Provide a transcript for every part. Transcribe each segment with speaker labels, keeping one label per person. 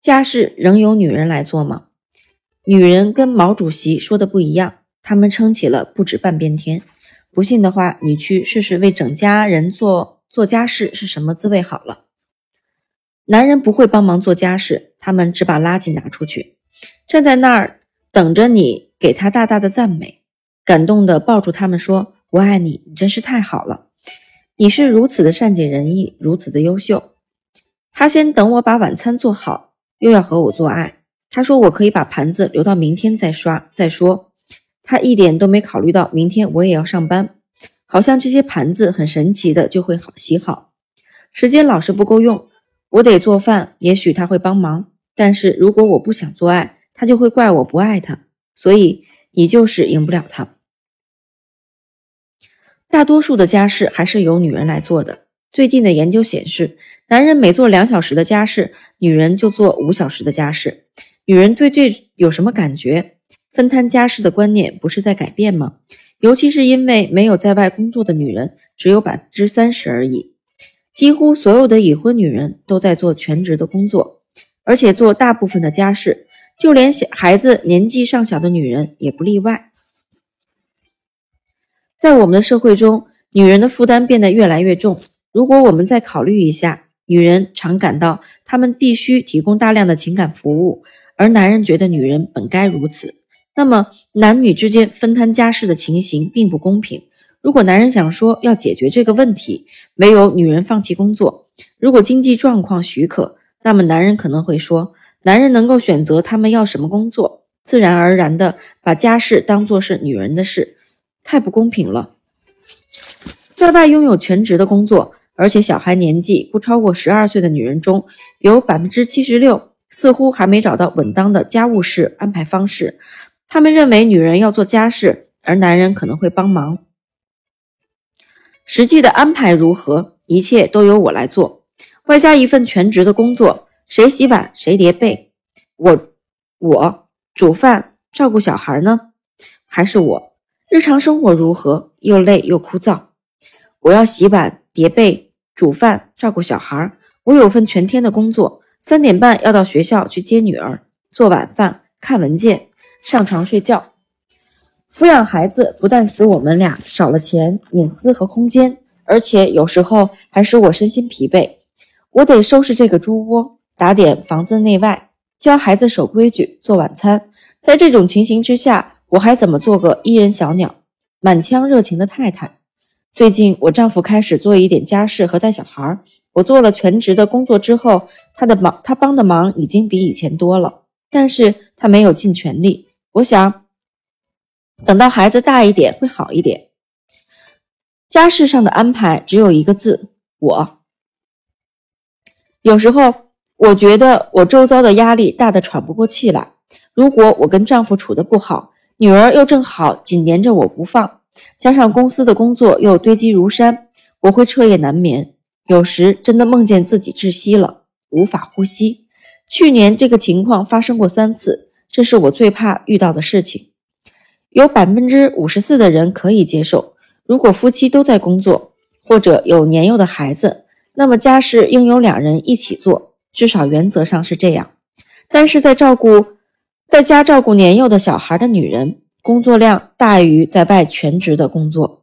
Speaker 1: 家事仍由女人来做吗？女人跟毛主席说的不一样，他们撑起了不止半边天。不信的话，你去试试为整家人做家事是什么滋味好了。男人不会帮忙做家事，他们只把垃圾拿出去，站在那儿等着你给他大大的赞美，感动地抱住他们说，我爱你，你真是太好了，你是如此的善解人意，如此的优秀。他先等我把晚餐做好，又要和我做爱。他说我可以把盘子留到明天再刷再说，他一点都没考虑到明天我也要上班，好像这些盘子很神奇的就会洗好。时间老是不够用，我得做饭，也许他会帮忙，但是如果我不想做爱，他就会怪我不爱他，所以你就是赢不了他。大多数的家事还是由女人来做的。最近的研究显示，男人每做2小时的家事，女人就做5小时的家事。女人对这有什么感觉？分摊家事的观念不是在改变吗？尤其是因为没有在外工作的女人只有 30% 而已。几乎所有的已婚女人都在做全职的工作，而且做大部分的家事，就连孩子年纪尚小的女人也不例外。在我们的社会中，女人的负担变得越来越重。如果我们再考虑一下，女人常感到她们必须提供大量的情感服务，而男人觉得女人本该如此，那么男女之间分摊家事的情形并不公平。如果男人想说要解决这个问题，唯有女人放弃工作，如果经济状况许可，那么男人可能会说，男人能够选择他们要什么工作，自然而然地把家事当作是女人的事，太不公平了。在外拥有全职的工作，而且小孩年纪不超过12岁的女人中，有 76% 似乎还没找到稳当的家务事安排方式。他们认为女人要做家事，而男人可能会帮忙。实际的安排如何，一切都由我来做，外加一份全职的工作，谁洗碗谁叠被，我煮饭照顾小孩呢？还是我？日常生活如何，又累又枯燥。我要洗碗叠被煮饭照顾小孩，我有份全天的工作，3点半要到学校去接女儿，做晚饭看文件上床睡觉。抚养孩子不但使我们俩少了钱、隐私和空间，而且有时候还使我身心疲惫。我得收拾这个猪窝，打点房子内外，教孩子守规矩，做晚餐。在这种情形之下，我还怎么做个伊人小鸟，满腔热情的太太？最近我丈夫开始做一点家事和带小孩，我做了全职的工作之后，他帮的忙已经比以前多了，但是他没有尽全力。我想等到孩子大一点会好一点。家事上的安排只有一个字，我。有时候我觉得我周遭的压力大得喘不过气来。如果我跟丈夫处得不好，女儿又正好紧黏着我不放，加上公司的工作又堆积如山，我会彻夜难眠，有时真的梦见自己窒息了，无法呼吸。去年这个情况发生过3次，这是我最怕遇到的事情。有 54% 的人可以接受，如果夫妻都在工作，或者有年幼的孩子，那么家事应由2人一起做，至少原则上是这样。但是在家照顾年幼的小孩的女人，工作量大于在外全职的工作，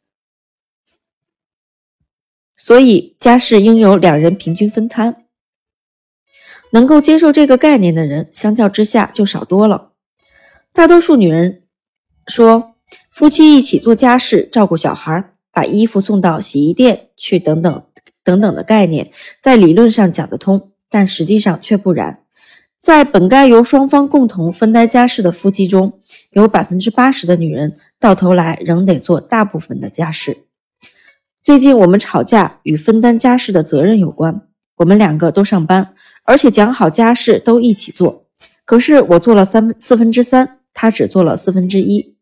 Speaker 1: 所以家事应由2人平均分摊。能够接受这个概念的人，相较之下就少多了。大多数女人说，夫妻一起做家事，照顾小孩，把衣服送到洗衣店去等等的概念，在理论上讲得通，但实际上却不然。在本该由双方共同分担家事的夫妻中，有 80% 的女人到头来仍得做大部分的家事。最近我们吵架与分担家事的责任有关，我们2个都上班，而且讲好家事都一起做，可是我做了3/4，他只做了1/4。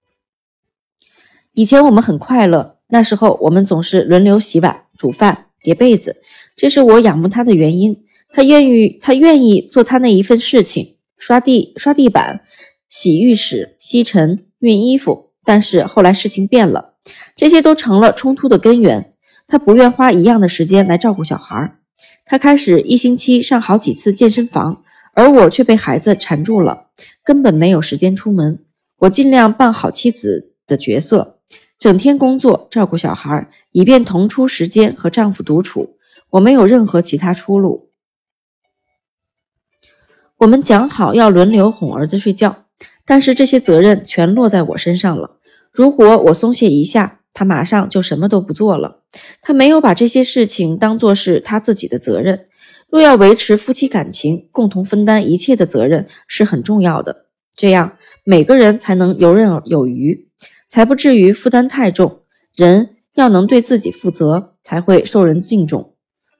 Speaker 1: 以前我们很快乐，那时候我们总是轮流洗碗、煮饭、叠被子，这是我仰慕他的原因。他愿意做他那一份事情，刷地板、洗浴室、吸尘、熨衣服。但是后来事情变了，这些都成了冲突的根源。他不愿花一样的时间来照顾小孩，他开始1星期上好几次健身房， 而我却被孩子缠住了，根本没有时间出门。我尽量扮好妻子的角色，整天工作照顾小孩，以便腾出时间和丈夫独处。我没有任何其他出路。我们讲好要轮流哄儿子睡觉，但是这些责任全落在我身上了。如果我松懈一下，他马上就什么都不做了。他没有把这些事情当作是他自己的责任。若要维持夫妻感情，共同分担一切的责任是很重要的，这样每个人才能游刃有余，才不至于负担太重。人要能对自己负责，才会受人敬重。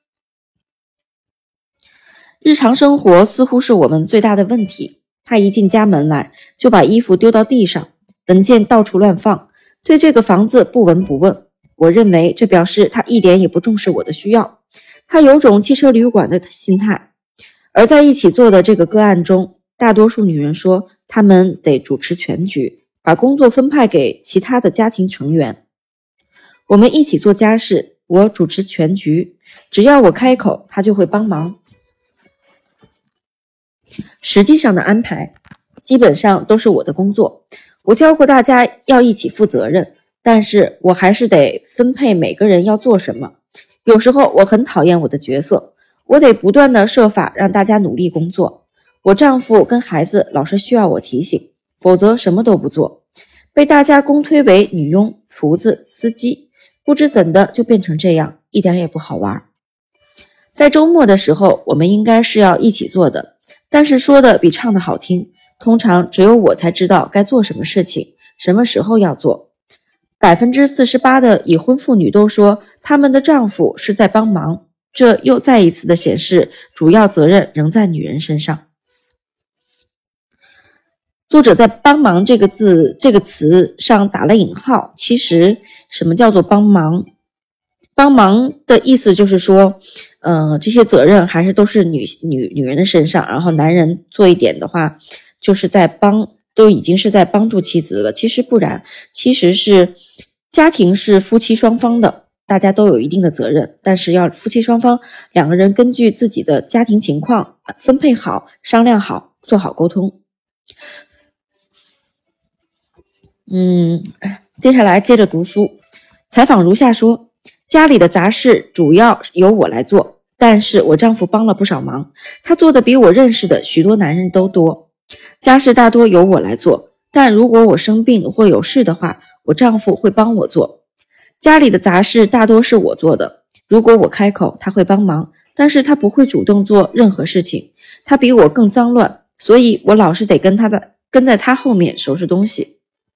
Speaker 1: 日常生活似乎是我们最大的问题。他一进家门来，就把衣服丢到地上，文件到处乱放，对这个房子不闻不问。我认为这表示他一点也不重视我的需要，他有种汽车旅馆的心态。而在一起做的这个个案中，大多数女人说她们得主持全局，把工作分派给其他的家庭成员。我们一起做家事，我主持全局，只要我开口，他就会帮忙。实际上的安排基本上都是我的工作。我教过大家要一起负责任，但是我还是得分配每个人要做什么。有时候我很讨厌我的角色，我得不断的设法让大家努力工作。我丈夫跟孩子老是需要我提醒，否则什么都不做。被大家公推为女佣、厨子、司机，不知怎的就变成这样，一点也不好玩。在周末的时候，我们应该是要一起做的，但是说的比唱的好听，通常只有我才知道该做什么事情，什么时候要做。48%的已婚妇女都说她们的丈夫是在帮忙，这又再一次的显示主要责任仍在女人身上。作者在帮忙这个词上打了引号，其实什么叫做帮忙？帮忙的意思就是说这些责任还是都是女人的身上，然后男人做一点的话就是都已经是在帮助妻子了。其实不然，其实是家庭是夫妻双方的，大家都有一定的责任，但是要夫妻双方两个人根据自己的家庭情况分配好，商量好，做好沟通。接下来接着读书。采访如下说，家里的杂事主要由我来做，但是我丈夫帮了不少忙，他做的比我认识的许多男人都多。家事大多由我来做，但如果我生病或有事的话，我丈夫会帮我做。家里的杂事大多是我做的，如果我开口，他会帮忙，但是他不会主动做任何事情，他比我更脏乱，所以我老是得跟在他后面收拾东西。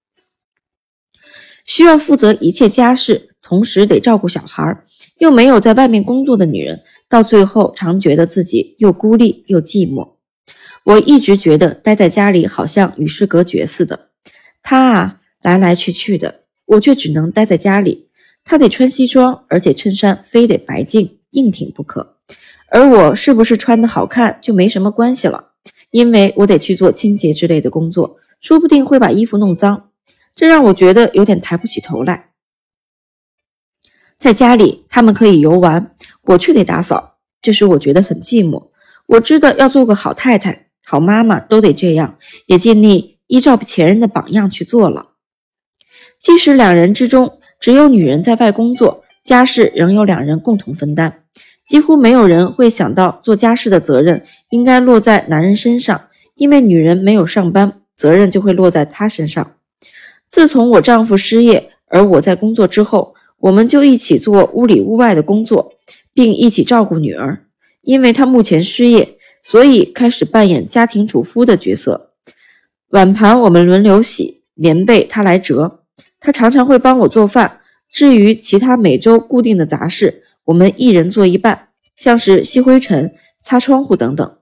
Speaker 1: 需要负责一切家事，同时得照顾小孩，又没有在外面工作的女人，到最后常觉得自己又孤立又寂寞。我一直觉得待在家里好像与世隔绝似的。他来来去去的，我却只能待在家里。他得穿西装，而且衬衫非得白净硬挺不可。而我是不是穿得好看就没什么关系了，因为我得去做清洁之类的工作，说不定会把衣服弄脏。这让我觉得有点抬不起头来。在家里他们可以游玩，我却得打扫，这使我觉得很寂寞。我知道要做个好太太、好妈妈都得这样，也尽力依照前人的榜样去做了。即使两人之中只有女人在外工作，家事仍有两人共同分担，几乎没有人会想到做家事的责任应该落在男人身上，因为女人没有上班，责任就会落在她身上。自从我丈夫失业，而我在工作之后，我们就一起做屋里屋外的工作，并一起照顾女儿。因为她目前失业，所以开始扮演家庭主夫的角色。碗盘我们轮流洗，棉被她来折。她常常会帮我做饭，至于其他每周固定的杂事，我们一人做一半，像是吸灰尘、擦窗户等等。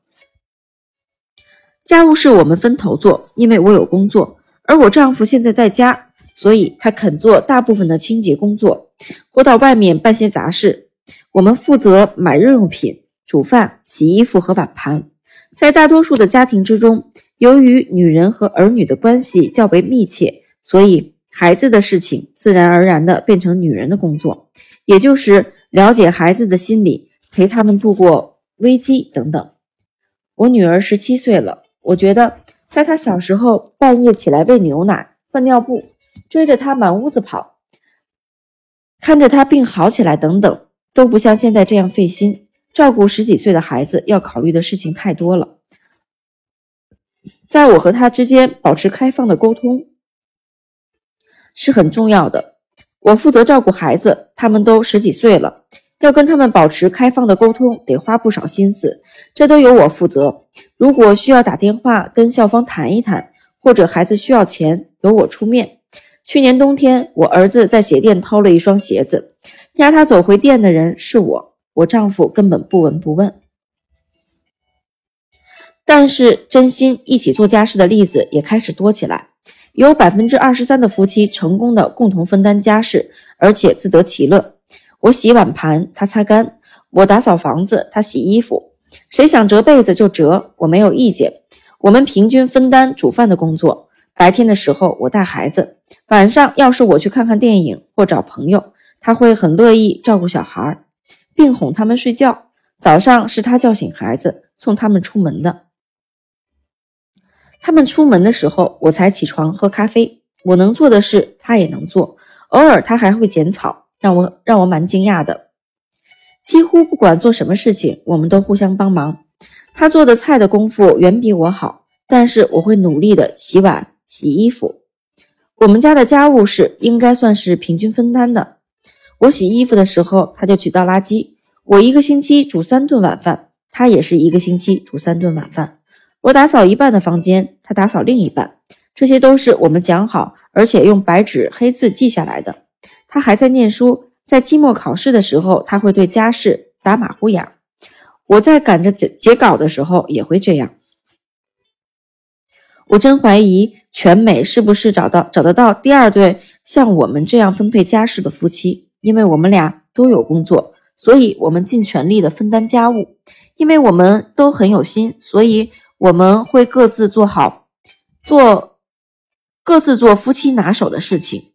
Speaker 1: 家务事我们分头做，因为我有工作，而我丈夫现在在家，所以他肯做大部分的清洁工作，或到外面办些杂事。我们负责买日用品、煮饭、洗衣服和碗盘。在大多数的家庭之中，由于女人和儿女的关系较为密切，所以孩子的事情自然而然地变成女人的工作，也就是了解孩子的心理，陪他们度过危机等等。 我女儿17岁了，我觉得在她小时候半夜起来喂牛奶、换尿布，追着她满屋子跑，看着她病好起来等等，都不像现在这样费心。照顾10几岁的孩子要考虑的事情太多了。在我和她之间保持开放的沟通是很重要的。我负责照顾孩子，他们都10几岁了，要跟他们保持开放的沟通得花不少心思，这都由我负责。如果需要打电话跟校方谈一谈，或者孩子需要钱，由我出面。去年冬天，我儿子在鞋店偷了一双鞋子，押他走回店的人是我丈夫根本不闻不问。但是真心一起做家事的例子也开始多起来，有 23% 的夫妻成功的共同分担家事，而且自得其乐。我洗碗盘，他擦干；我打扫房子，他洗衣服。谁想折被子就折，我没有意见。我们平均分担煮饭的工作。白天的时候我带孩子，晚上要是我去看看电影或找朋友，他会很乐意照顾小孩，并哄他们睡觉。早上是他叫醒孩子，送他们出门的。他们出门的时候，我才起床喝咖啡。我能做的事，他也能做。偶尔他还会剪草，让我蛮惊讶的。几乎不管做什么事情，我们都互相帮忙。他做的菜的功夫远比我好，但是我会努力的洗碗、洗衣服。我们家的家务事应该算是平均分担的。我洗衣服的时候，他就去倒垃圾。我一个星期煮3顿晚饭，他也是一个星期煮3顿晚饭。我打扫一半的房间，他打扫另一半，这些都是我们讲好，而且用白纸黑字记下来的。他还在念书，在期末考试的时候，他会对家事打马虎眼。我在赶着截稿的时候也会这样。我真怀疑全美是不是找得到第2对像我们这样分配家事的夫妻，因为我们俩都有工作，所以我们尽全力的分担家务。因为我们都很有心，所以我们会各自做夫妻拿手的事情。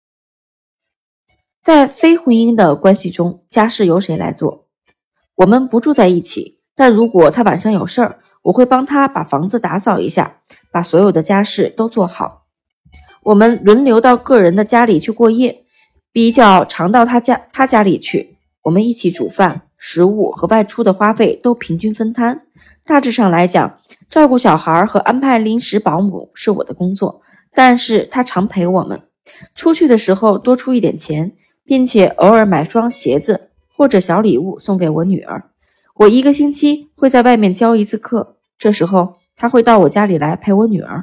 Speaker 1: 在非婚姻的关系中，家事由谁来做？我们不住在一起，但如果他晚上有事儿，我会帮他把房子打扫一下，把所有的家事都做好。我们轮流到个人的家里去过夜，比较常到他家里去。我们一起煮饭，食物和外出的花费都平均分摊。大致上来讲，照顾小孩和安排临时保姆是我的工作，但是他常陪我们。出去的时候多出一点钱，并且偶尔买双鞋子或者小礼物送给我女儿。我一个星期会在外面教1次课，这时候他会到我家里来陪我女儿。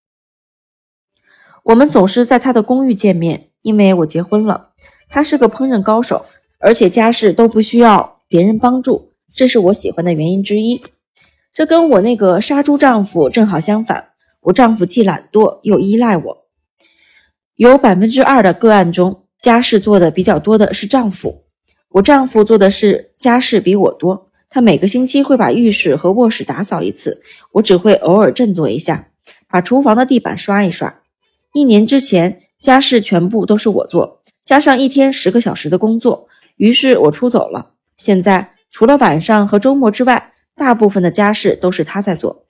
Speaker 1: 我们总是在他的公寓见面，因为我结婚了。他是个烹饪高手，而且家事都不需要别人帮助，这是我喜欢的原因之一。这跟我那个杀猪丈夫正好相反，我丈夫既懒惰又依赖我。有 2% 的个案中，家事做的比较多的是丈夫。我丈夫做的是家事比我多，他每个星期会把浴室和卧室打扫1次，我只会偶尔振作一下，把厨房的地板刷一刷。1年之前，家事全部都是我做，加上1天10个小时的工作，于是我出走了。现在除了晚上和周末之外，大部分的家事都是他在做。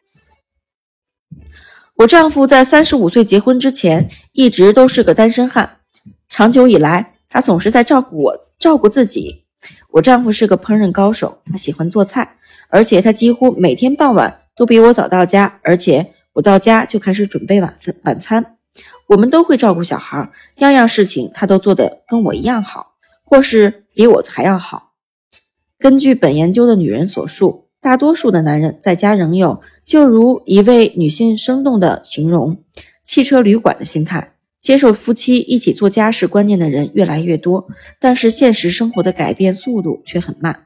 Speaker 1: 我丈夫在35岁结婚之前一直都是个单身汉，长久以来他总是在照顾自己。我丈夫是个烹饪高手，他喜欢做菜，而且他几乎每天傍晚都比我早到家，而且我到家就开始准备晚餐。我们都会照顾小孩，样样事情他都做得跟我一样好，或是比我还要好。根据本研究的女人所述，大多数的男人在家仍有，就如一位女性生动的形容，汽车旅馆的心态。接受夫妻一起做家事观念的人越来越多，但是现实生活的改变速度却很慢。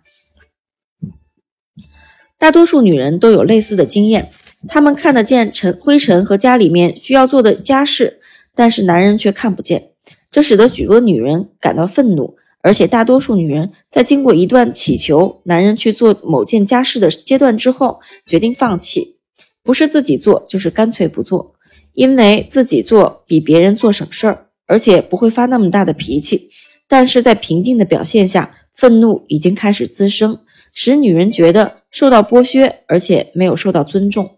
Speaker 1: 大多数女人都有类似的经验，她们看得见灰尘和家里面需要做的家事，但是男人却看不见，这使得许多女人感到愤怒，而且大多数女人在经过一段祈求男人去做某件家事的阶段之后，决定放弃，不是自己做，就是干脆不做，因为自己做比别人做省事儿，而且不会发那么大的脾气，但是在平静的表现下，愤怒已经开始滋生， 使女人觉得受到剥削，而且没有受到尊重。